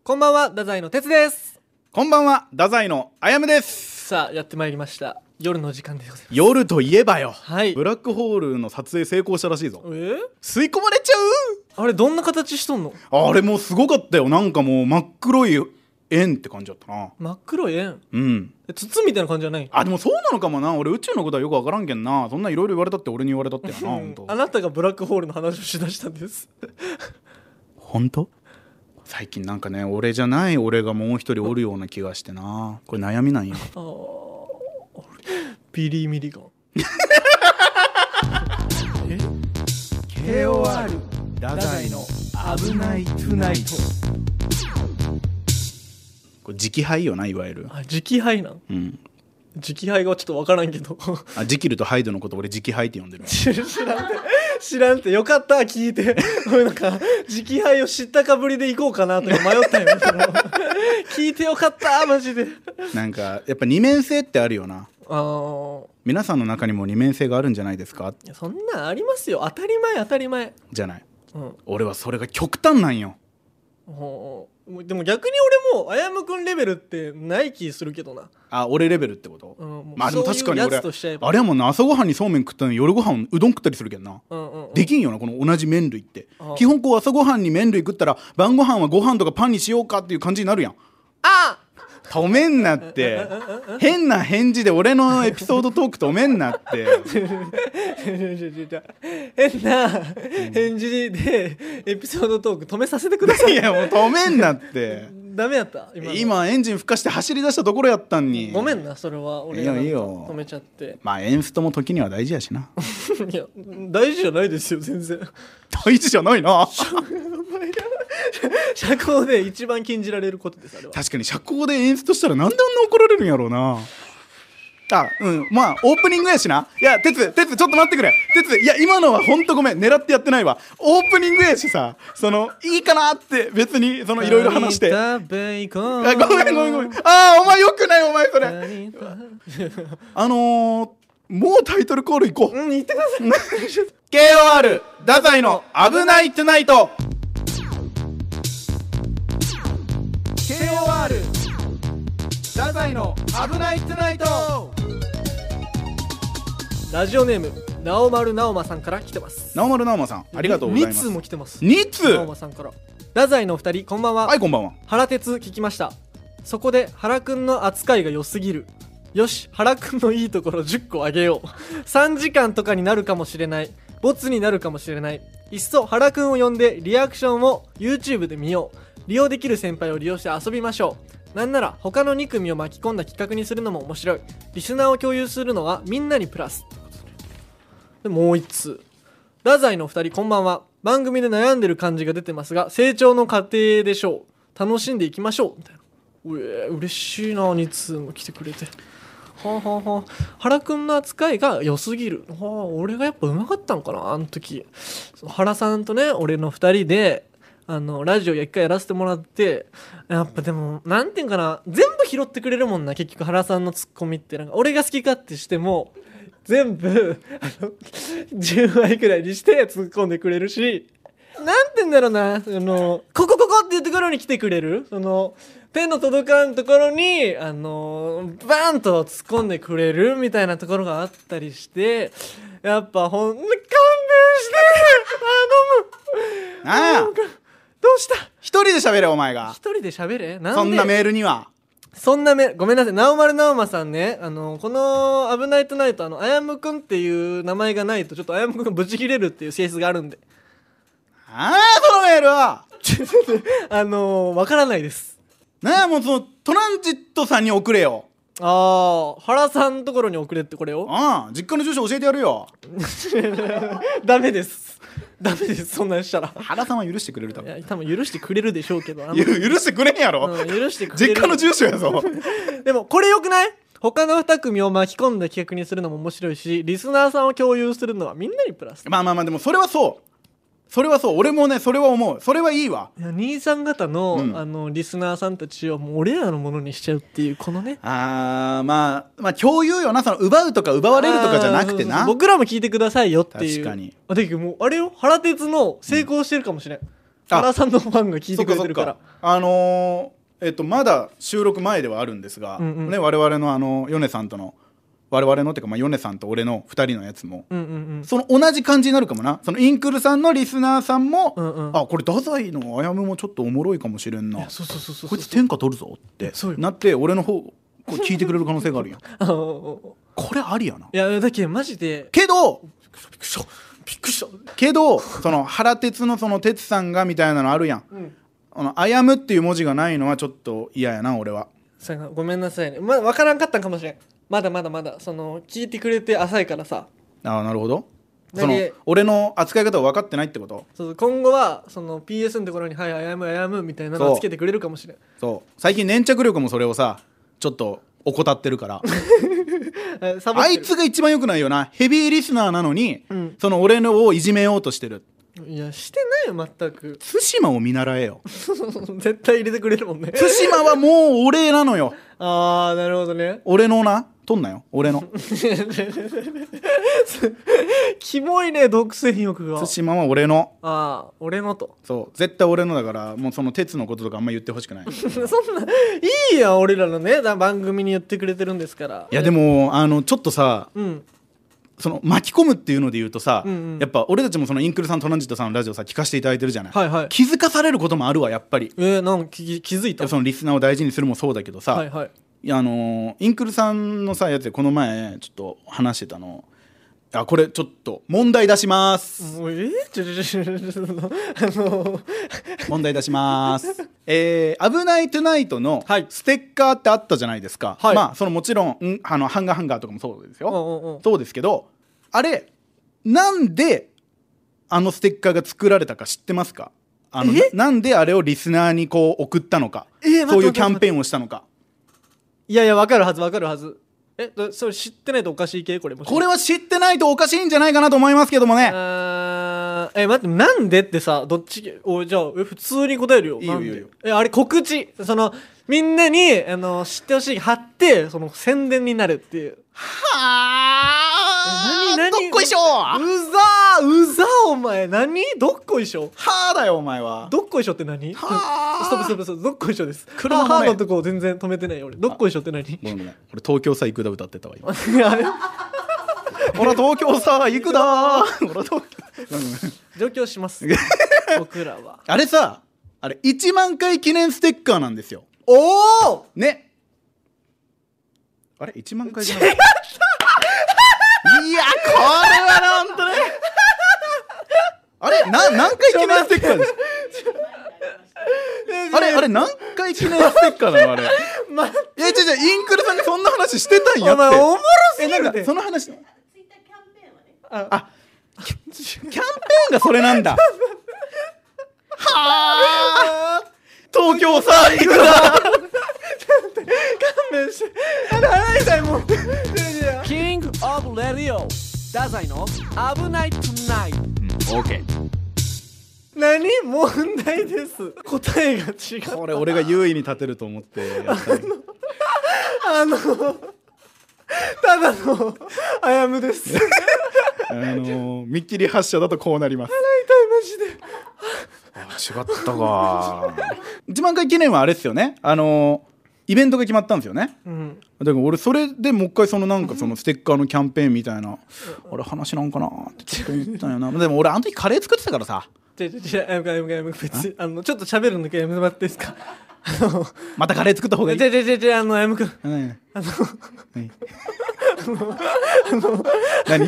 こんばんは、太宰の哲です。 こんばんは、太宰のあやむです。 さあやってまいりました、夜の時間でございます。 夜といえばよ、 はい、 ブラックホールの撮影成功したらしいぞ。吸い込まれちゃう。 あれどんな形しとんの？ あれもうすごかったよ。なんかもう真っ黒い円って感じだったな。 真っ黒い円？ うん。 筒みたいな感じじゃない？ あ、でもそうなのかもな。俺宇宙のことはよくわからんけんな。そんないろいろ言われたって俺に言われたってやな本当。 あなたがブラックホールの話をしだしたんです本当？最近なんかね、俺じゃない俺がもう一人おるような気がしてな。これ悩みなんよ。 ビリー・ミリガンえ KOR 太宰の危ないトゥナイト。これ直肺よな、いわゆる。 あ、直肺なん？ うん。 直肺がちょっと分からんけどあ、ジキルとハイドのこと俺直肺って呼んでる。 知らんってよかった聞いてなんか直肺を知ったかぶりで行こうかなとか迷ったよ聞いてよかったマジで。 なんかやっぱ二面性ってあるよな。 あ、 皆さんの中にも二面性があるんじゃないですか。 いやそんなんありますよ、当たり前当たり前じゃない、 うん、 俺はそれが極端なんよ。 でも逆に俺もあやむくんレベルってない気するけどな。 あ、俺レベルってこと、まあでも確かに俺あれはもうな、朝ごはんにそうめん食ったのに夜ごはんうどん食ったりするけんな、できんよなこの同じ麺類って。基本こう朝ごはんに麺類食ったら晩ごはんはご飯とかパンにしようかっていう感じになるやん。 あ止めんなって変な返事で俺のエピソードトーク止めんなって変な返事でエピソードトーク止めさせてください。 いやもう止めんなってダメやった。 今エンジン吹かして走り出したところやったんに。 ごめんな、それは俺が止めちゃって。 まあエンストも時には大事やしな。 いや大事じゃないですよ全然。 大事じゃないな社交で一番禁じられることです。あれは確かに社交で演出したらなんであんな怒られるんやろうな。あ、うん、まあオープニングやしな。いや、哲ちょっと待ってくれ。哲、いや今のはほんとごめん、狙ってやってないわ。オープニングやしさ、そのいいかなって別にそのいろいろ話して。あ、ごめん。あ、お前よくないお前それ。もうタイトルコール行こう。 言ってください。 KOR 太宰の危ないトゥナイト。KOR 太宰の危ないトゥナイト。 ラジオネーム直丸直馬さんから来てます。 直丸直馬さん、ありがとうございます。 2通も来てます。 2通。 直馬さんから。太宰のお二人こんばんは。 はい、こんばんは。 原哲聞きました。そこで原くんの扱いが良すぎる。よし、原くんのいいところ10個あげよう。3時間とかになるかもしれない、ボツになるかもしれない。いっそ原くんを呼んでリアクションを YouTube で見よう。利用できる先輩を利用して遊びましょう。なんなら他の2組を巻き込んだ企画にするのも面白い。リスナーを共有するのはみんなにプラス。でもう1通。太宰の2人こんばんは。番組で悩んでる感じが出てますが成長の過程でしょう。楽しんでいきましょうみたいな。嬉しいな、2通も来てくれて。原くんの扱いが良すぎる。俺がやっぱ上手かったんかなあの時。原さんとね俺の2人でラジオ1回やらせてもらって、やっぱでもなんていうんかな、全部拾ってくれるもんな。結局原さんのツッコミってなんか俺が好き勝手しても全部10倍くらいにして突っ込んでくれるし、なんて言うんだろうな、ここっていうところに来てくれる、その手の届かんところにバーンと突っ込んでくれるみたいなところがあったりして、やっぱ勘弁して頼む。どうした？ 一人で喋れお前が。 一人で喋れ？なんで？ そんなメールには。 ごめんなさい。直丸直馬さんね、この危ないトゥナイトあやむくんっていう名前がないとちょっとあやむくんがブチ切れるっていう性質があるんで。 そのメールはわからないです。 もうそのトランジットさんに送れよ。 原さんのところに送れってこれを。 実家の住所教えてやるよ。 ダメです。そんなんしたら原さんは許してくれる。多分許してくれるでしょうけど許してくれんやろ、 許してくれる。 実家の住所やぞでもこれよくない？他の2組を巻き込んだ企画にするのも面白いし、リスナーさんを共有するのはみんなにプラス。 まあでもそれはそう俺もねそれは思う。それはいいわ。 兄さん方の、リスナーさんたちをもう俺らのものにしちゃうっていうこのね。 まあ共有よな。その奪うとか奪われるとかじゃなくてな、 僕らも聞いてくださいよっていう。 確かに。 だけどもうあれよ、原哲の成功してるかもしれん。 原さんのファンが聞いてくれてるから。 まだ収録前ではあるんですが、ね、我々のヨネさんとの我々のっていうか、ヨネさんと俺の2人のやつも、その同じ感じになるかもな。そのインクルさんのリスナーさんも、あ、これ太宰のあやむもちょっとおもろいかもしれんな、こいつ天下取るぞってなって、俺の方こう聞いてくれる可能性があるやんこれありやな。 いやだけどマジでけどびっくりしたけど、その原哲のその哲さんがみたいなのあるやん、あやむっていう文字がないのはちょっと嫌やな俺は。 ごめんなさいね、分からんかったんかもしれん。まだその聞いてくれて浅いからさ。 ああ、なるほど。その俺の扱い方を分かってないってこと。 そう、今後はその PS のところに「はいあやむ」みたいなのをつけてくれるかもしれん。 そう最近粘着力もそれをさちょっと怠ってるからあいつが一番良くないよな。ヘビーリスナーなのに、その俺のをいじめようとしてる。 いやしてないよ全く。 対馬を見習えよ絶対入れてくれるもんね。 対馬はもう俺なのよ。 ああなるほどね。 俺のな取んなよ俺のキモいね独占欲が。 対馬は俺の。 ああ俺のと。 そう絶対俺のだから、もうその鉄のこととかあんま言ってほしくないそんないいや俺らのね番組に言ってくれてるんですから。 いやでもちょっとさ、その巻き込むっていうので言うとさ、やっぱ俺たちもそのインクルさんトランジットさんのラジオさ聞かせていただいてるじゃない、気づかされることもあるわやっぱり。 なんか気づいた。 そのリスナーを大事にするもそうだけどさ、インクルさんのさやつでこの前ちょっと話してたの。これちょっと問題出します。問題出します危ないトゥナイトのステッカーってあったじゃないですか、まあそのもちろんハンガーとかもそうですよ、そうですけど、あれなんでステッカーが作られたか知ってますか？なんであれをリスナーにこう送ったのか、そういうキャンペーンをしたのか。いやいや分かるはず。それ知ってないとおかしい系これは知ってないとおかしいんじゃないかなと思いますけどもね。 待ってなんでってさどっちじゃあ普通に答えるよ。 いいよいいよ。 あれ告知そのみんなに知ってほしい貼ってその宣伝になるっていう。 はあ何どっこいしょうざお前何どっこいしょはあだよお前は。 どっこいしょって何？ はあストップどっこいしょです。 車のとこ全然止めてないよ俺。どっこいしょって何？ ごめん俺東京さ行くだ歌ってたわ今ほら東京さ行くだほら東京上京します僕らは。 あれさあれ1万回記念ステッカーなんですよ。 おおねあれ1万回じゃないいやこれはなんとねあれ何回記念ステッカーですかあれ何回記念ステッカーなのあれいやインクルさんがそんな話してたんやって。 お前おもろすぎるで。 その話キャンペーンがそれなんだはあ東京さ行くな勘弁して払いたいもんキングオブレディオ太宰の危ないトゥナイト。 オーケー。 何問題です。答えが違う。 これ俺が優位に立てると思ってやったただのあやむです見っきり発射だとこうなります。 払いたいマジで。違ったか1万回記念はあれですよね、イベントが決まったんですよね、だから俺それでもう一回そのなんかそのステッカーのキャンペーンみたいな、俺話なんかなってちょっと思ったんよなでも俺あの時カレー作ってたからさ。 別にちょっと喋るんだけどやめてもらっていいですかまたカレー作った方がいい。 あやむくん何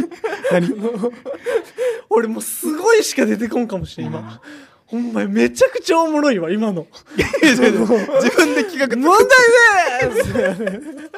俺もうすごいしか出てこんかもしれん今。ほんまめちゃくちゃおもろいわ今の。 自分で企画問題でーす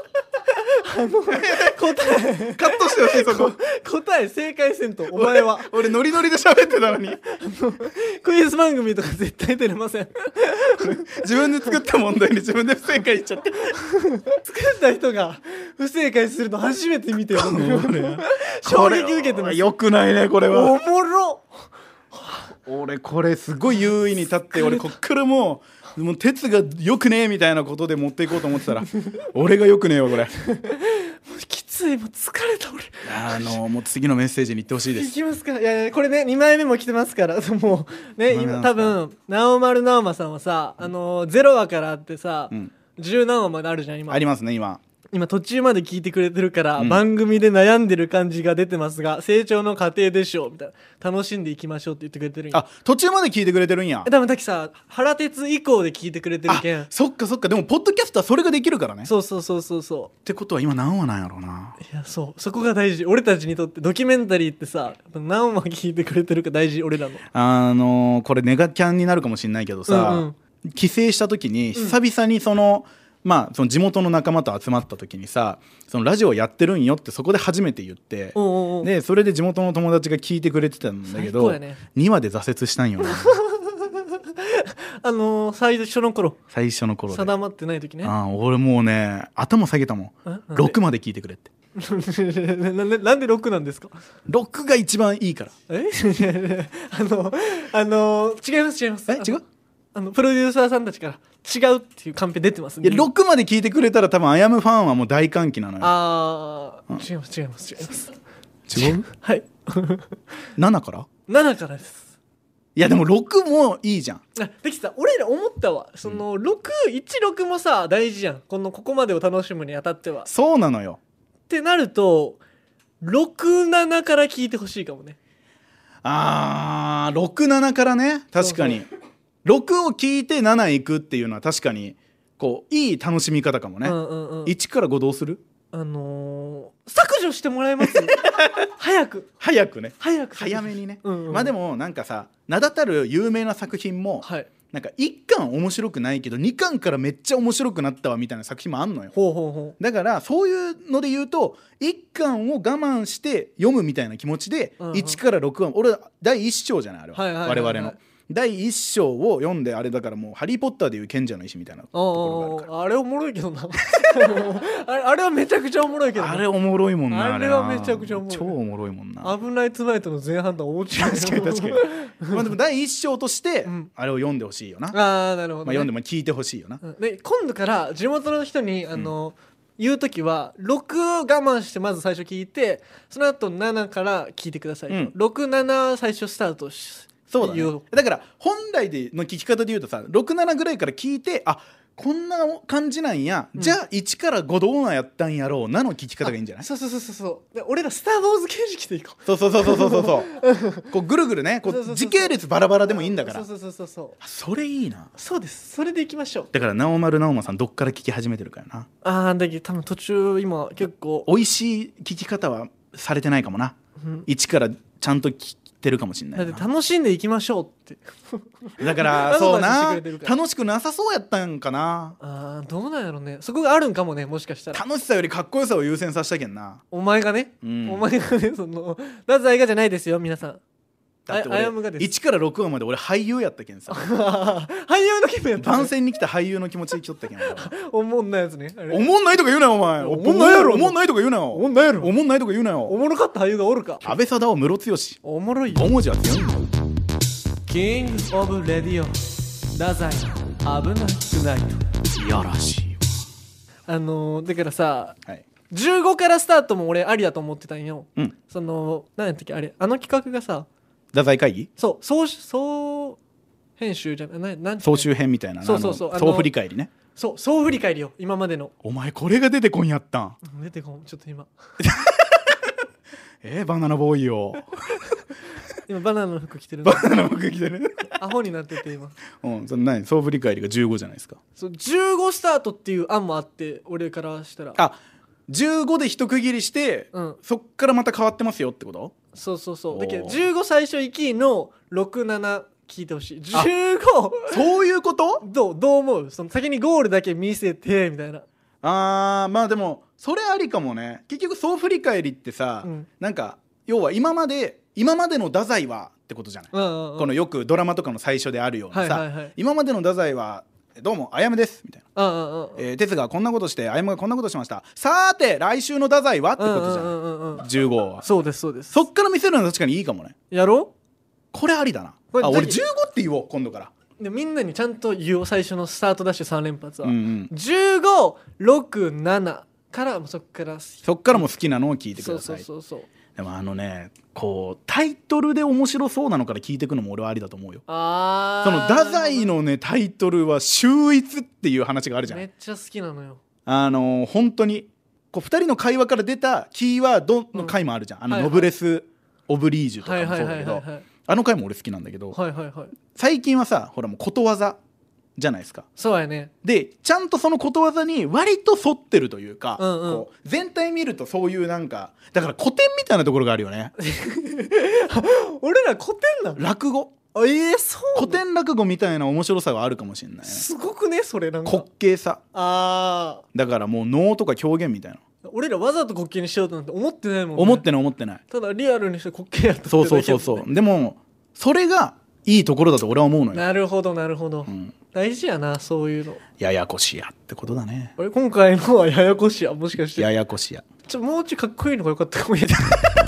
答えカットしてほしいそこ答え正解せんとお前は俺ノリノリで喋ってたのにクイズ番組とか絶対出れません自分で作った問題に自分で不正解言っちゃって作った人が不正解するの初めて見てよ衝撃受けてます。 よくないねこれは。 おもろ俺これすごい優位に立って俺こっからもう鉄がよくねえみたいなことで持っていこうと思ってたら俺がよくねえわこれきつついもう疲れた俺。 もう次のメッセージに行ってほしいでいす。 きますか。いやいやこれね2枚目も来てますからもうね今二枚目なんすか多分直丸直馬さんはさ0話からあってさ、 うん 10何話まであるじゃん今。 ありますね今。 今途中まで聞いてくれてるから、 うん番組で悩んでる感じが出てますが成長の過程でしょうみたいな、楽しんでいきましょうって言ってくれてるんや。 あ途中まで聞いてくれてるんや。 多分滝さ原哲以降で聞いてくれてるあけん。 そっかそっか。でもポッドキャストはそれができるからね。 そうそうそうそうそってことは今何話なんやろうな。 う。いやそうそこが大事。俺たちにとってドキュメンタリーってさやっぱ何話聞いてくれてるか大事。俺らのこれネガキャンになるかもしれないけどさ、 うんうん帰省した時に久々にその地元の仲間と集まった時にさ、そのラジオやってるんよってそこで初めて言って、 おうおうおうでそれで地元の友達が聞いてくれてたんだけど、 最高やね 2話で挫折したんよな最初の頃最初の頃で。 定まってない時ね。 俺もうね頭下げたもん。 なんで 6まで聞いてくれってなんで6なんですか。 6が一番いいから。 違います違います。 違うプロデューサーさんたちから違うっていうカンペ出てますいや6まで聞いてくれたら多分あやむファンはもう大歓喜なのよ。 違います違います違います違うはい 7から 7からです。 いやでも6もいいじゃん。 できた。俺ら思ったわ。その616もさ大事じゃん。ここまでを楽しむにあたっては。 そうなのよ。 ってなると67から聞いてほしいかもね。 67からね。確かに6を聞いて7いくっていうのは確かにこういい楽しみ方かもね。1から5どうする？ 削除してもらえます早くね早めにね、 うんうん、 まあでもなんかさ名だたる有名な作品も、 はい、 なんか1巻面白くないけど2巻からめっちゃ面白くなったわみたいな作品もあんのよ。だからそういうので言うと1巻を我慢して読むみたいな気持ちで、1から6話俺第1章じゃないあれは、我々の第1章を読んであれだからもうハリー・ポッターでいう賢者の石みたいなところがあるから。 あれおもろいけどなあれはめちゃくちゃおもろいけどな。 あれおもろいもんな。 あれはめちゃくちゃおもろい。 超おもろいもんな。 危ないトゥナイトの前半とは大違い。 確かにまあでも第1章としてあれを読んでほしいよな。 なるほど、ね、 読んでも聞いてほしいよな。 で今度から地元の人に言うときは6我慢してまず最初聞いてその後7から聞いてください、67最初スタートしそうだね。だから本来での聞き方で言うとさ67ぐらいから聞いてこんな感じなんや、じゃあ1から5どうなんやったんやろうなの聞き方がいいんじゃない？ そうで俺らスター・ウォーズ形式でいこう。そうこうぐるぐるねこう時系列バラバラでもいいんだから。それいいな。 そうです。それでいきましょう。 だから直丸直馬さんどっから聞き始めてるからな。 だけど多分途中今結構美味しい聞き方はされてないかもな、1からちゃんと聞ってるかもしれないな。 だって楽しんでいきましょうってだからそうな楽しくなさそうやったんかな。 どうなんやろね。そこがあるんかもね。もしかしたら楽しさよりかっこよさを優先させたけんな。 お前がね、お前がねその太宰がじゃないですよ皆さん。 だって俺1から6話まで俺俳優やったけんさ俳優の気分やった番宣に来た俳優の気持ちで来とったけんおもんないやつね。 おもんないとか言うなよお前。 おもんないやろ。 おもんないとか言うなよ。 おもんないやろ。 おもんないとか言うなよ。 おもろかった俳優がおるか。 安倍貞夫ムロツヨシおもろいよ。 5文字は強いんだよ。 キングオブレディオ太宰危なくないと。 いやらしいわ。だからさ、15からスタートも俺ありだと思ってたんよ。その何やったっけあれ企画がさ太宰会議総編集じゃない総集編みたいな。総振り返りね。 総振り返りよ今までの。 お前これが出てこんやったん。 出てこんちょっと今バナナボーイよ今バナナの服着てるバナナの服着てるアホになってて今その何総振り返りが15じゃないですか。 15スタートっていう案もあって俺からしたら 15で一区切りして、そっからまた変わってますよってこと？ そうだけど15最初行きの67聞いてほしい。15 そういうことどう思う？その先にゴールだけ見せてみたいな。 まあでもそれありかもね。結局総振り返りってさ、なんか要は今までの太宰はってことじゃない、このよくドラマとかの最初であるようなさ、今までの太宰はどうもあやむですみたいな、哲がこんなことしてあやむがこんなことしました、さーて来週の太宰はってことじゃない、15は。 そうですそうです。 そっから見せるのは確かにいいかもね。 やろう。 これありだな。俺15って言おう今度から。 でみんなにちゃんと言おう。最初のスタートダッシュ3連発は、15、6、7 からもうそっからそっからも好きなのを聞いてくそうださい。 そうそうそう。 でもこうタイトルで面白そうなのから聞いていくのも俺はありだと思うよ。 あその太宰のねタイトルは秀逸っていう話があるじゃん。 めっちゃ好きなのよ。 本当にこう2人の会話から出たキーワードの回もあるじゃん、 はいはいノブレス・オブリージュとかもそうだけど、 はいはいはいはいはいあの回も俺好きなんだけど、 はいはいはい。 最近はさほらもうことわざじゃないですか。 そうやね。 でちゃんとそのことわざに割と沿ってるというか、 うんうん、 こう全体見るとそういうなんかだから古典みたいなところがあるよね俺ら古典なの？ 落語そう古典落語みたいな面白さがあるかもしれないね。 すごくねそれなんか滑稽さあだからもう能とか狂言みたいな俺らわざと滑稽にしようとなんて思ってないもんね。 思ってないただリアルにして滑稽やったってそうだけやもんね。 そうでもそれがいいところだと俺は思うのよ。 なるほどなるほど、 ん大事やなそういうの。 ややこしやってことだね。 俺今回のはややこしやもしかしてややこしやもうちょいかっこいいのがよかったかもしれない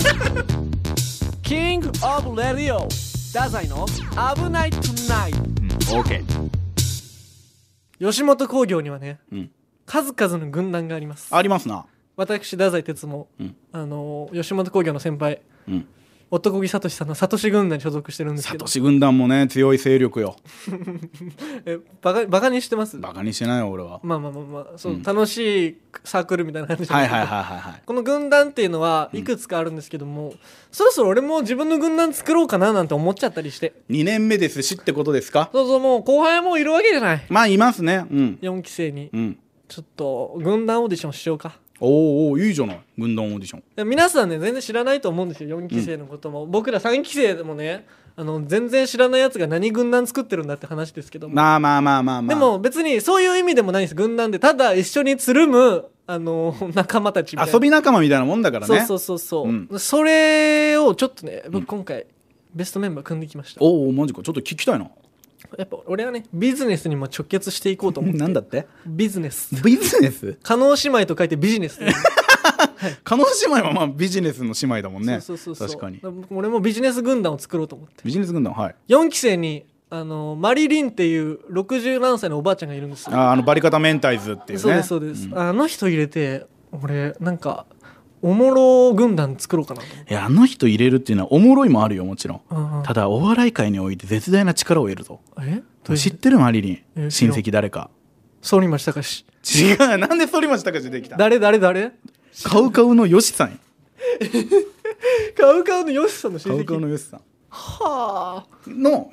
キングオブレディオ太宰の危ないトゥナイト。 オーケー。 吉本興業にはね、 うん数々の軍団があります。 ありますな。 私太宰哲も、 うん吉本興業の先輩うん男気聡さんの聡軍団に所属してるんですけど、 サトシ軍団もね強い勢力よ。 バカにしてます。 バカにしてないよ俺は。 まあそう、楽しいサークルみたいな感じで、 はいはいこの軍団っていうのはいくつかあるんですけども、そろそろ俺も自分の軍団作ろうかななんて思っちゃったりして。 2年目ですしってことですか。 そうもう後輩もいるわけじゃない。 まあいますね。 4期生に、 うんちょっと軍団オーディションしようか。 おーいいじゃない軍団オーディション。 で皆さんね全然知らないと思うんですよ4期生のことも、僕ら3期生でもね全然知らないやつが何軍団作ってるんだって話ですけども、 まあでも別にそういう意味でもないんです軍団でただ一緒につるむ仲間たちみたいな遊び仲間みたいなもんだからね。 そう、それをちょっとね僕今回ベストメンバー組んできました。 おおマジかちょっと聞きたいな。 やっぱ俺はねビジネスにも直結していこうと思ってなんだってビジネスビジネス加納姉妹と書いてビジネス加納姉妹はまあビジネスの姉妹だもんね。 そう確かに俺もビジネス軍団を作ろうと思ってビジネス軍団はい 4期生にマリリンっていう60何歳のおばあちゃんがいるんですよ。 バリカタメンタイズっていうね。 そうです、あの人入れて俺なんかおもろ軍団作ろうかなと思って。 いやあの人入れるっていうのはおもろいもあるよもちろん、 うんうん、 ただお笑い界において絶大な力を得るぞ。知ってるマリリン親戚誰か。 反町隆史。 違うなんで反町隆史出てきた。 誰カウカウのヨシさんカウカウのヨシさんの親戚。 カウカウのヨシさんはあの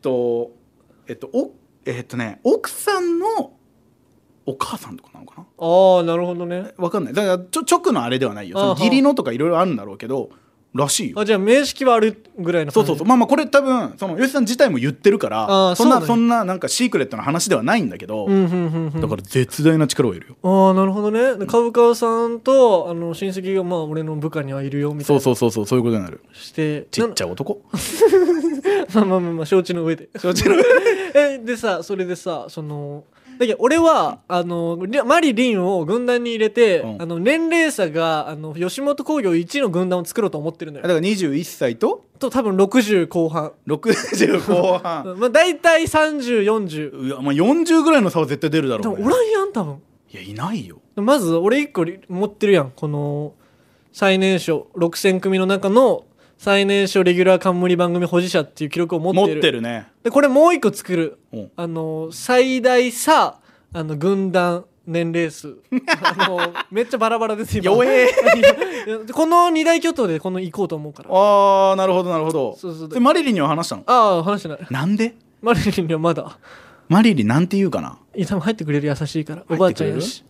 奥さんのお母さんとかなのかな。 ああなるほどね。 わかんないだから直のあれではないよ。その義理のとかいろいろあるんだろうけどらしいよ。 じゃあ名式はあるぐらいの感じ。 そうまあこれ多分その吉さん自体も言ってるからそんななんかシークレットな話ではないんだけど、だから絶大な力を得るよ。 ああなるほどね。でカウカウさんと親戚がまあ俺の部下にはいるよみたいな。 そういうことになる。 してちっちゃい男まあ承知の上ででさそれでさだけど俺はマリリンを軍団に入れて、年齢差が吉本興業1の軍団を作ろうと思ってるのよ。 だから21歳と多分60後半 60後半まあ大体3040。 いやまあ40ぐらいの差は絶対出るだろうね。 でもおらんやん多分。 いやいないよ。 まず俺1個持ってるやんこの最年少6000組の中の最年少レギュラー冠番組保持者っていう記録を持ってるね。 でこれもう一個作る最大差軍団年齢数めっちゃバラバラです今弱えこの二大巨頭で行こうと思うから。 ああなるほどそうでマリリンには話したの。 ああ話してない。 なんでマリリンにはまだ。 マリリンなんて言うかな。 いや多分入ってくれる優しいからおばあちゃんやし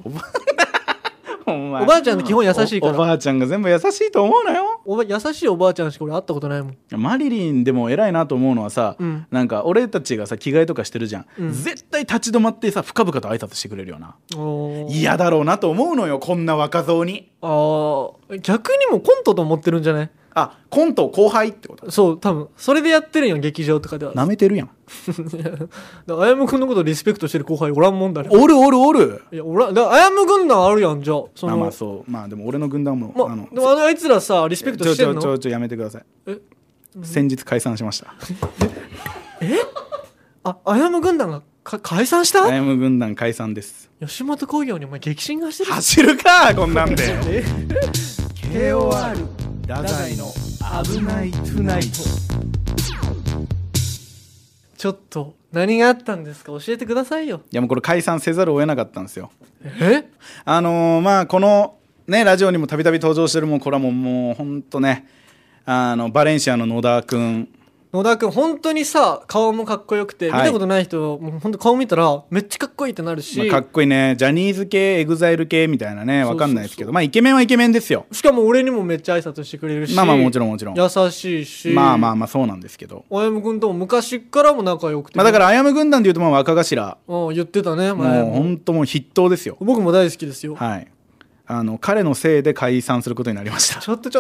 おばあちゃんって基本優しいから。 おばあちゃんが全部優しいと思うなよ。 優しいおばあちゃんしか俺会ったことないもん。 マリリンでも偉いなと思うのはさ、なんか俺たちがさ着替えとかしてるじゃん、絶対立ち止まってさ深々と挨拶してくれるよな。嫌だろうなと思うのよこんな若造に。 逆にもコントと思ってるんじゃない。 コント後輩ってこと。 そう多分それでやってるんよ劇場とかでは。 なめてるやんあやむくんのことリスペクトしてる後輩おらんもんだね。 おるいやあやむ軍団あるやんじゃあまあそうまあでも俺の軍団も、 でもあいつらさリスペクトしてんの。 やめてください。先日解散しましたあやむ軍団が解散したあやむ軍団解散です。 吉本興業にお前激震がしてる。 走るかこんなんで。 KOR 太宰の危ないトゥナイト。 ちょっと何があったんですか、教えてくださいよ。 いやもうこれ解散せざるを得なかったんですよ。 まあこのねラジオにもたびたび登場してる、もうこれはもうほんとね、バレンシアの野田くん本当にさ顔もかっこよくて、 はい、 見たことない人もう本当顔見たらめっちゃかっこいいってなるし、 かっこいいね。ジャニーズ系エグザイル系みたいなね、わかんないですけど、イケメンはイケメンですよ。 しかも俺にもめっちゃ挨拶してくれるし、 もちろん優しいし、 そうなんですけど、 あやむくんとも昔からも仲良くて、 だからあやむ軍団でいうと若頭、 言ってたね。 もう本当もう筆頭ですよ。 僕も大好きですよ。 はい、彼のせいで解散することになりました。 ちょっと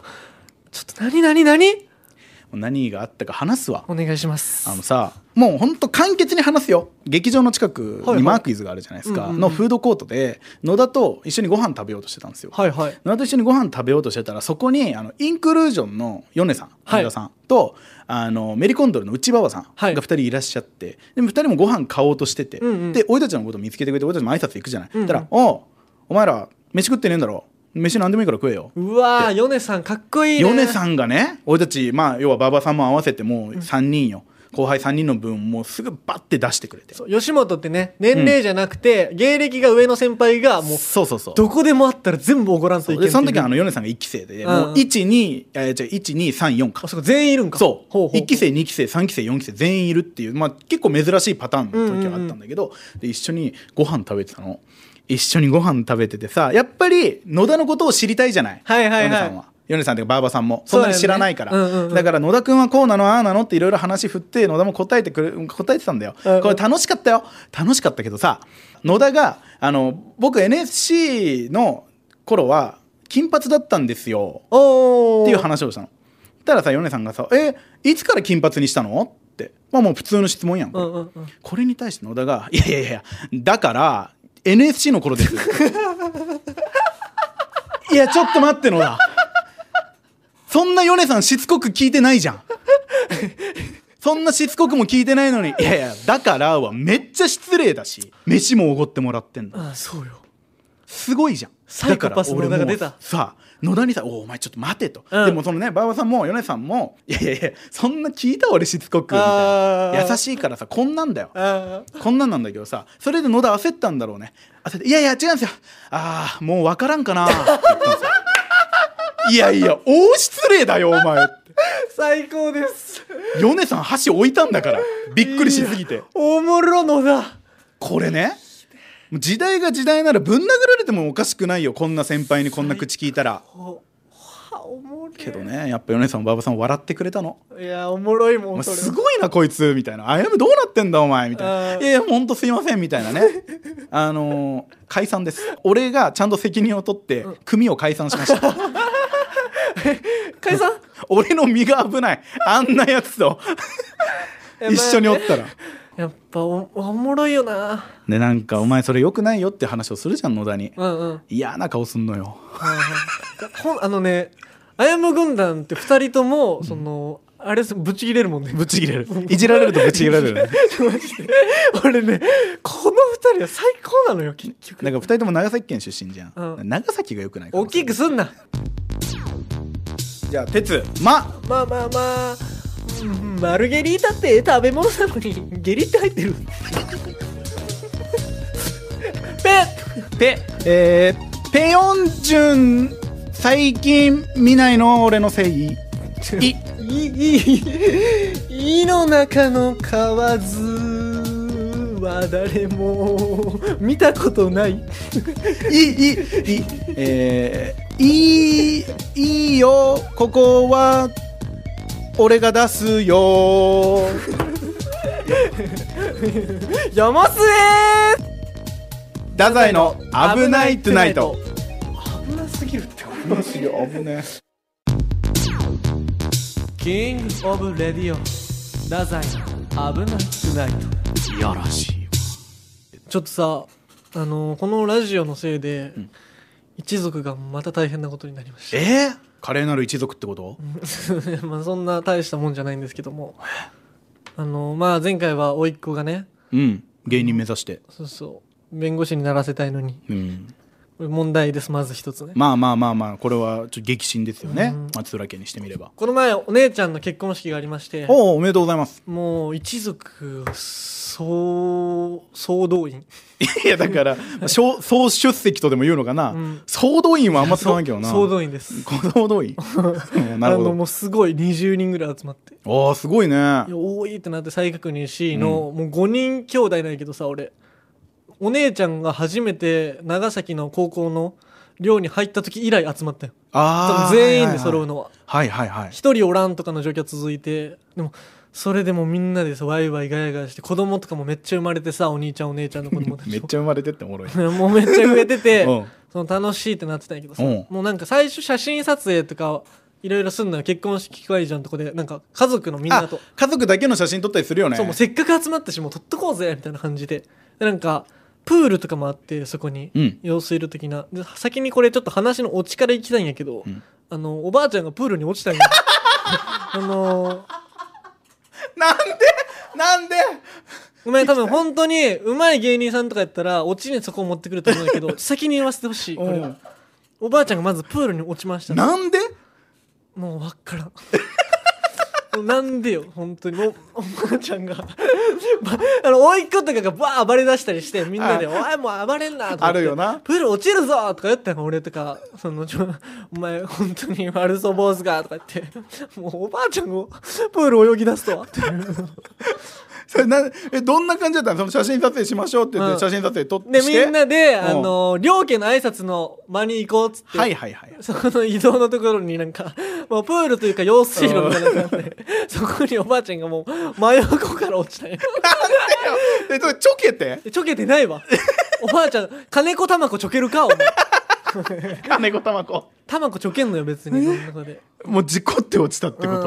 何何があったか話すわ。 お願いします。 もうほんと簡潔に話すよ。劇場の近くにマークイズがあるじゃないですか、のフードコートで野田と一緒にご飯食べようとしてたんですよ。野田と一緒にご飯食べようとしてたら、そこにインクルージョンの米さん、野田さんとメリコンドルの内馬場さんが2人いらっしゃって、でも2人もご飯買おうとしてて、で俺たちのことを見つけてくれて、俺たちも挨拶行くじゃない。だからお前ら飯食ってねえんだろ、飯何でもいいから食えよ。 うわー、米さんかっこいいね。 米さんがね、俺たち要は馬場さんも合わせてもう3人よ、後輩3人の分もうすぐバッて出してくれて。 吉本ってね、年齢じゃなくて、芸歴が上の先輩がもうどこでもあったら全部おごらんといけない。 でその時は米さんが1期生で、もう1,2,3,4か、 そこ全員いるんか。 そう1期生2期生3期生4期生全員いるっていう、結構珍しいパターンの時はあったんだけど、で一緒にご飯食べてたの。一緒にご飯食べててさ、やっぱり野田のことを知りたいじゃない、米さんは。米さんっていうか馬場さんもそんなに知らないから、だから野田くんはこうなのああなのっていろいろ話振って、野田も答えてたんだよ。これ楽しかったよ。楽しかったけどさ、野田が僕 NSC の頃は金髪だったんですよっていう話をしたの。たらさ、米さんがさいつから金髪にしたのって、もう普通の質問やんこれに対して野田がいやだからNSC の頃ですいやちょっと待ってのだ、そんな米さんしつこく聞いてないじゃんそんなしつこくも聞いてないのに、いやだからはめっちゃ失礼だし、飯もおごってもらってんだ。 そうよ、 すごいじゃん。 サイコパスの野田が出た。 さあ野田にさ、お前ちょっと待てと、でもそのね馬場さんも米さんもいやそんな聞いた俺しつこくみたいな、優しいからさ、こんなんだよ、こんなんなんだけどさ、それで野田焦ったんだろうね。焦って、いや違うんですよ、もう分からんかなって言ったんですよいや大失礼だよお前って最高です。 米さん箸置いたんだから、びっくりしすぎて。 おもろ野田、 これね、時代が時代ならぶん殴られてもおかしくないよ、こんな先輩にこんな口聞いたら。けどね、やっぱ米さんも馬場さん笑ってくれたの。 いやおもろいもん、 すごいなこいつみたいな、あやむどうなってんだお前みたいな、いやほんとすいませんみたいなね解散です。俺がちゃんと責任を取って組を解散しました解散俺の身が危ない、あんなやつと一緒におったらやっぱ おもろいよな。 でなんかお前それ良くないよって話をするじゃん野田に、嫌な顔すんのよあやむ軍団って2人ともあれぶち切れるもんね。 ぶち切れるいじられるとぶち切られるね俺ね、この2人は最高なのよ結局。 なんか2人とも長崎県出身じゃん、長崎が良くないか大きくすんな。 じゃあ鉄マルゲリータって食べ物なのにゲリって入ってるペヨンジュン最近見ないの俺のせい胃の中の蛙は誰も見たことないいいよ、ここは俺が出すよ山末太宰の危ないトゥナイト。 危なすぎるって危なすぎる、危ね。 キングオブレディオ太宰の危ないトゥナイト。 いやらしいわ。 ちょっとさ、このラジオのせいで、一族がまた大変なことになりました。 華麗なる一族ってこと？ そんな大したもんじゃないんですけども、前回は甥っ子がね、 芸人目指して。 そうそう弁護士にならせたいのに、これ問題です。まず一つね。 まあこれはちょっと激震ですよね、松浦家にしてみれば。 この前お姉ちゃんの結婚式がありまして、 おめでとうございます。 もう一族総動員いやだから総出席とでも言うのかな、総動員はあんま使わないけどな。 総動員です。 総動員なるほど。 もうすごい20人ぐらい集まって、 すごいね。いや多いってなって再確認しの、もう5人兄弟なんやけどさ、俺お姉ちゃんが初めて長崎の高校の寮に入った時以来集まったよ。多分全員で揃うのは。一人おらんとかの状況続いて、でもそれでもみんなでさワイワイガヤガヤして、子供とかもめっちゃ生まれてさ、お兄ちゃんお姉ちゃんの子供たちめっちゃ生まれてっておもろいもうめっちゃ増えててその楽しいってなってたんやけどさ、もうなんか最初写真撮影とかいろいろすんのよ。結婚式会場のとこでなんか家族のみんなと、 家族だけの写真撮ったりするよね。 そう、もうせっかく集まったしもう撮っとこうぜみたいな感じで、なんかプールとかもあって、そこに、用水路的なで、先にこれちょっと話のオチから行きたいんやけど、おばあちゃんがプールに落ちたんやなんでごめん、多分本当にうまい芸人さんとかやったらオチにそこを持ってくると思うんだけど先に言わせてほしい。これはおばあちゃんがまずプールに落ちました。 なんでもう分からんなんでよ本当に。もうおばあちゃんが甥っ子とかがバー暴れ出したりして、みんなで「おいもう暴れんな」とかあるよな。 プール落ちるぞとか言ったの俺とか、お前本当に悪そう坊主がとか言って、もうおばあちゃんがプール泳ぎ出すとはってそれどんな感じだったの？その写真撮影しましょうって言って写真撮影撮ってでみんなで両家の挨拶の間に行こうっつって、そこの移動のところになんかもうプールというか用水路みたいな感じでそこにおばあちゃんがもう真横から落ちたんやなんでよちょけてちょけてないわおばあちゃん金子玉子ちょけるかお前金子玉子ちょけんのよ別にその中でもう事故って落ちたってこと？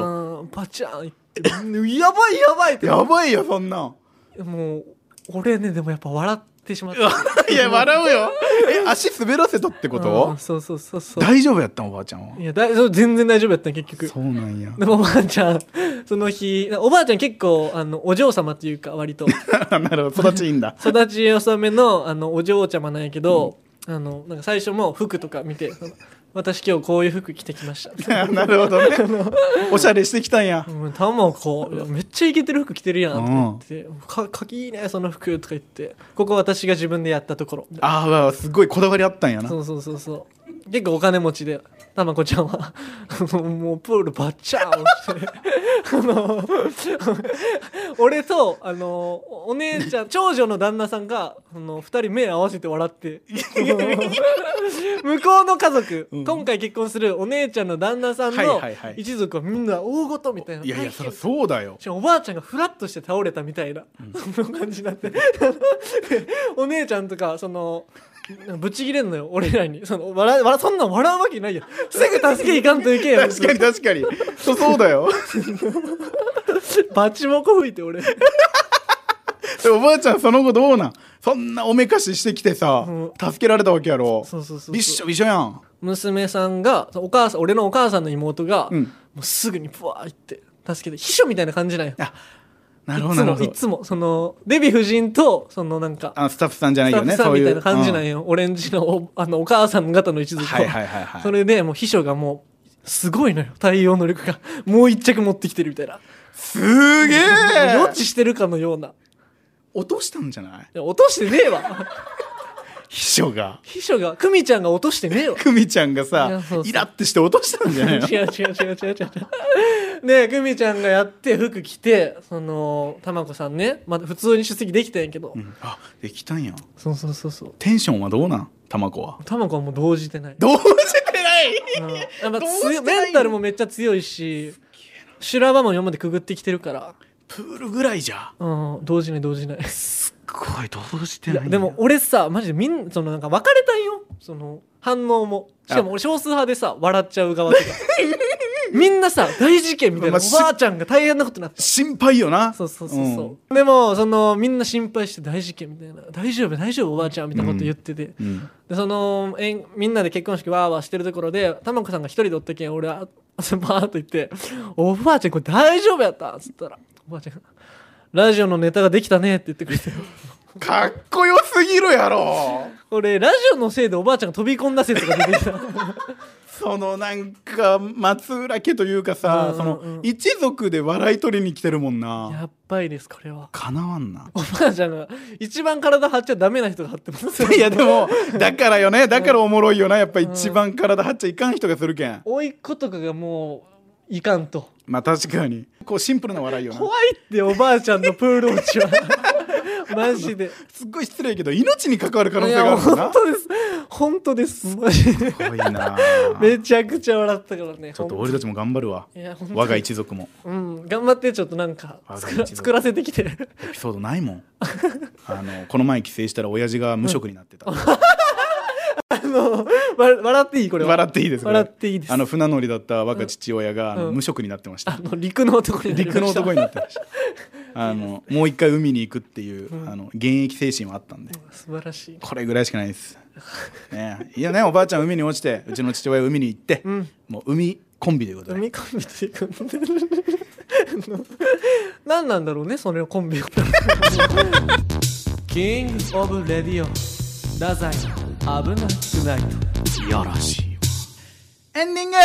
パチャンいってやばいってやばいよそんなん。 もう俺ねでもやっぱ笑ってしまったいや笑うよ足滑らせたってこと？ そう大丈夫やったんおばあちゃんは？ いや全然大丈夫やったん結局。 そうなんや。 でもおばあちゃんその日おばあちゃん結構お嬢様っていうか割となるほど育ちいいんだ育ち遅めのお嬢ちゃまなんやけど、なんか最初も服とか見て私今日こういう服着てきましたなるほどねおしゃれしてきたんや。 たまこめっちゃイケてる服着てるやんって言って、かきいいねその服とか言って、ここ私が自分でやったところ。 すごいこだわりあったんやな。 そう結構お金持ちでたまこちゃんはもうプールバッチャーをして俺とお姉ちゃん長女の旦那さんが2人目合わせて笑って向こうの家族、今回結婚するお姉ちゃんの旦那さんの一族はみんな大ごとみたいな。 いやそりゃそうだよ。 おばあちゃんがフラッとして倒れたみたいな、そんな感じになってお姉ちゃんとかぶち切れんのよ俺らに。そんなん笑うわけないやん。すぐ助けいかんといけんやん。 確かにそうだよバチモコ吹いて俺おばあちゃんその後どうなん？そんなおめかししてきてさ、助けられたわけやろ。そうびっしょびしょやん。 娘さんが俺のお母さんの妹が、もうすぐにブワーって助けて、秘書みたいな感じなんよ。 なるほどいつもデヴィ夫人となんかスタッフさんじゃないよね、 スタッフさんみたいな感じなんよ、オレンジのお母さん方の一族は。それでもう秘書がもうすごいのよ、対応能力が。もう一着持ってきてるみたいな。 すげえ予知してるかのような。 落としたんじゃない？ いや落としてねえわ秘書が久美ちゃんが落としてねえわ。 久美ちゃんがさイラってして落としたんじゃないの？ 違うで久美ちゃんがやって服着てたまこさんね、普通に出席できたんやけど、 できたんや。 そうテンションはどうなん？たまこはもう動じてない、 やっぱメンタルもめっちゃ強いし、修羅場も今までくぐってきてるから。 プールぐらいじゃ動じないすっごい動じてない。 いやでも俺さマジでなんか別れたんよ、反応も。しかも俺少数派でさ笑っちゃう側とかみんなさ大事件みたいな、おばあちゃんが大変なことになって心配よな。 でもみんな心配して大事件みたいな、大丈夫おばあちゃんみたいなこと言ってて、でみんなで結婚式ワーワーしてるところでたまこさんが一人でおったけん、俺はバーッと言って「おばあちゃんこれ大丈夫やった?」っつったら、おばあちゃんが「ラジオのネタができたね」って言ってくれてかっこよすぎるやろ。 俺ラジオのせいでおばあちゃんが飛び込んだ説が出てきたそのなんか松浦家というかさ、その一族で笑い取りに来てるもんな。 やっばいですこれは。 かなわんな。 おばあちゃんが一番体張っちゃダメな人が張ってますいやでもだからよね、だからおもろいよな。やっぱ一番体張っちゃいかん人がするけん。 甥っ子とかがもういかんと。 まあ確かにこうシンプルな笑いよな。 怖いっておばあちゃんのプール落ちはマジですっごい失礼けど命に関わる可能性があるもんな。 本当です本当ですマジですごいな。 めちゃくちゃ笑ったからね。 ちょっと俺たちも頑張るわ。 いや本当に我が一族も頑張ってちょっとなんか作らせてきて。 エピソードないもんこの前帰省したら親父が無職になってた、 笑っていいこれは。 笑っていいですこれ。 笑っていいです。 船乗りだった我が父親が無職になってました。 陸の男になりました。 陸の男になってましたもう一回海に行くっていう、現役精神はあったんで、 素晴らしい。 これぐらいしかないです、ね、いいよね。おばあちゃん海に落ちてうちの父親海に行って、もう海コンビということで。 海コンビということで何なんだろうねそれをコンビをキングオブレディオ太宰危なくないと。 よろしい。エンディング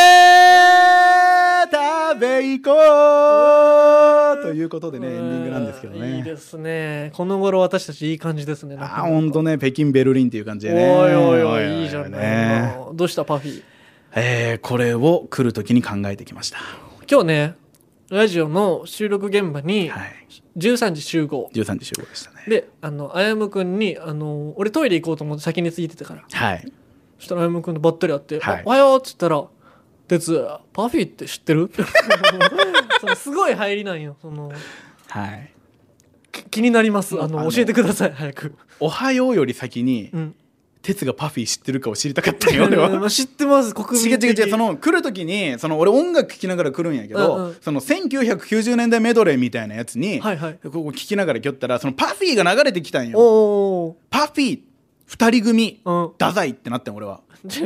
食べ行こうということでね、エンディングなんですけどね。 いいですね。この頃私たちいい感じですね。 ほんとね、北京ベルリンっていう感じでね。 おいおいおいいいじゃない。どうしたパフィー。 これを来る時に考えてきました。 今日ねラジオの収録現場に13時集合、 13時集合でしたね。 であやむくんに俺トイレ行こうと思って先に着いてたから、 はい、 そしたらあやむくんとばったり会って「 はい、 おはよう」っつったら「鉄パフィーって知ってる?」そのすごい入りなんよ。 はい、 気になります。教えてください早く。 おはようより先に、鉄がパフィー知ってるかを知りたかったよ俺は。 知ってます国民的。 違う来る時に俺音楽聴きながら来るんやけど、その1990年代メドレーみたいなやつに、ここ聴きながら来よったらそのパフィーが流れてきたんよ。パフィー2人組、太宰ってなったん俺は。 パフ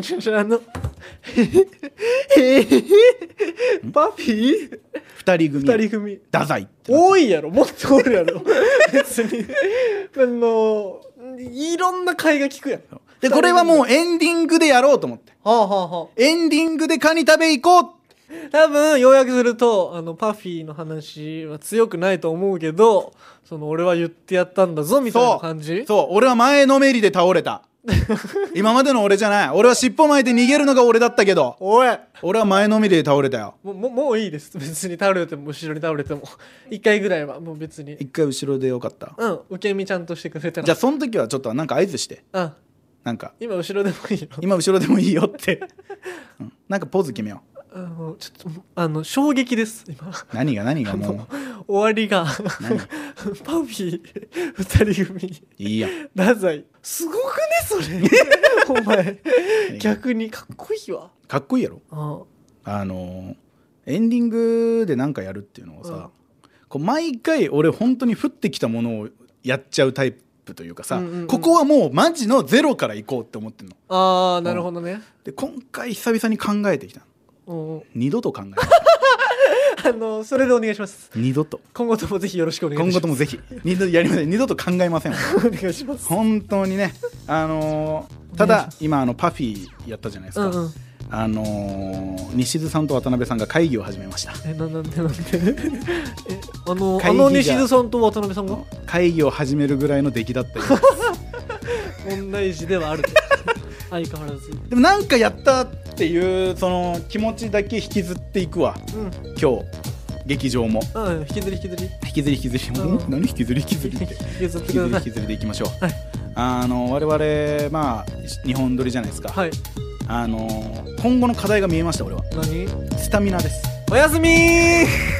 ィー 2人組太宰多いやろ。もっとおるやろ別にいろんな会が聞くやん。 でこれはもうエンディングでやろうと思って、エンディングでカニ食べ行こう。 多分要約するとパフィーの話は強くないと思うけど、俺は言ってやったんだぞみたいな感じ。 そう俺は前のめりで倒れた今までの俺じゃない。俺は尻尾巻いて逃げるのが俺だったけど、俺は前のめりで倒れたよ。 もういいです。別に倒れても後ろに倒れても1回ぐらいはもう別に。 1回後ろでよかった。 受け身ちゃんとしてくれたら。 じゃあその時はちょっとなんか合図して、なんか今後ろでもいいよ。 今後ろでもいいよってなんかポーズ決めよう。 ちょっと衝撃です今。 何がもう終わりがパフィー2人組いいや太宰すごくねそれお前逆にかっこいいわ。 かっこいいやろ。エンディングでなんかやるっていうのをさ、こう毎回俺本当に降ってきたものをやっちゃうタイプというかさ、ここはもうマジのゼロから行こうって思ってんの。 なるほどね。 で今回久々に考えてきた。二度と考えそれでお願いします。 二度と今後ともぜひよろしくお願いします。 今後ともぜひ二度やりません。二度と考えませんお願いします。 本当にね。ただ今パフィーやったじゃないですか。西津さんと渡辺さんが会議を始めました。 なんで西津さんと渡辺さんが会議を始めるぐらいの出来だったよ問題児ではある相変わらず。でもなんかやったっていうその気持ちだけ引きずっていくわ、今日劇場も。引きずり何引きずりって引きずりでいきましょう。我々まあ日本撮りじゃないですか。今後の課題が見えました。俺は何？ スタミナです。 おやすみー